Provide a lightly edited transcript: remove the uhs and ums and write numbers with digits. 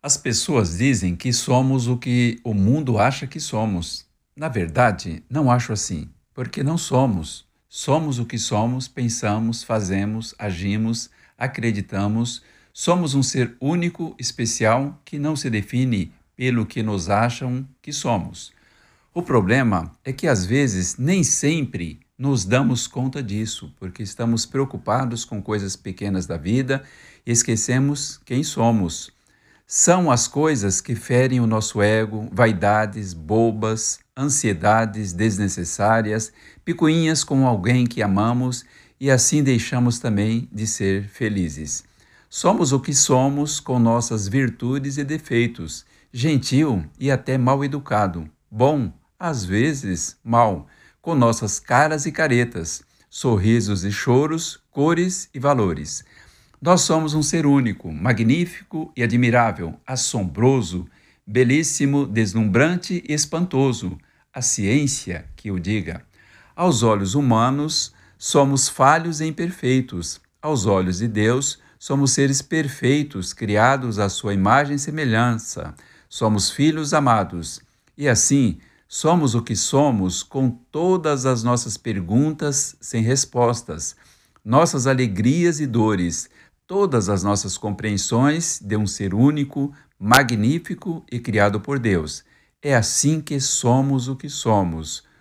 As pessoas dizem que somos o que o mundo acha que somos. Na verdade, não acho assim, porque não somos. Somos o que somos, pensamos, fazemos, agimos, acreditamos. Somos um ser único, especial, que não se define pelo que nos acham que somos. O problema é que às vezes nem sempre nos damos conta disso, porque estamos preocupados com coisas pequenas da vida e esquecemos quem somos. São as coisas que ferem o nosso ego, vaidades bobas, ansiedades desnecessárias, picuinhas com alguém que amamos e assim deixamos também de ser felizes. Somos o que somos com nossas virtudes e defeitos, gentil e até mal educado, bom, às vezes mal, com nossas caras e caretas, sorrisos e choros, cores e valores. Nós somos um ser único, magnífico e admirável, assombroso, belíssimo, deslumbrante e espantoso. A ciência que o diga. Aos olhos humanos, somos falhos e imperfeitos. Aos olhos de Deus, somos seres perfeitos, criados à sua imagem e semelhança. Somos filhos amados. E assim, somos o que somos com todas as nossas perguntas sem respostas, nossas alegrias e dores, todas as nossas compreensões de um ser único, magnífico e criado por Deus. É assim que somos o que somos.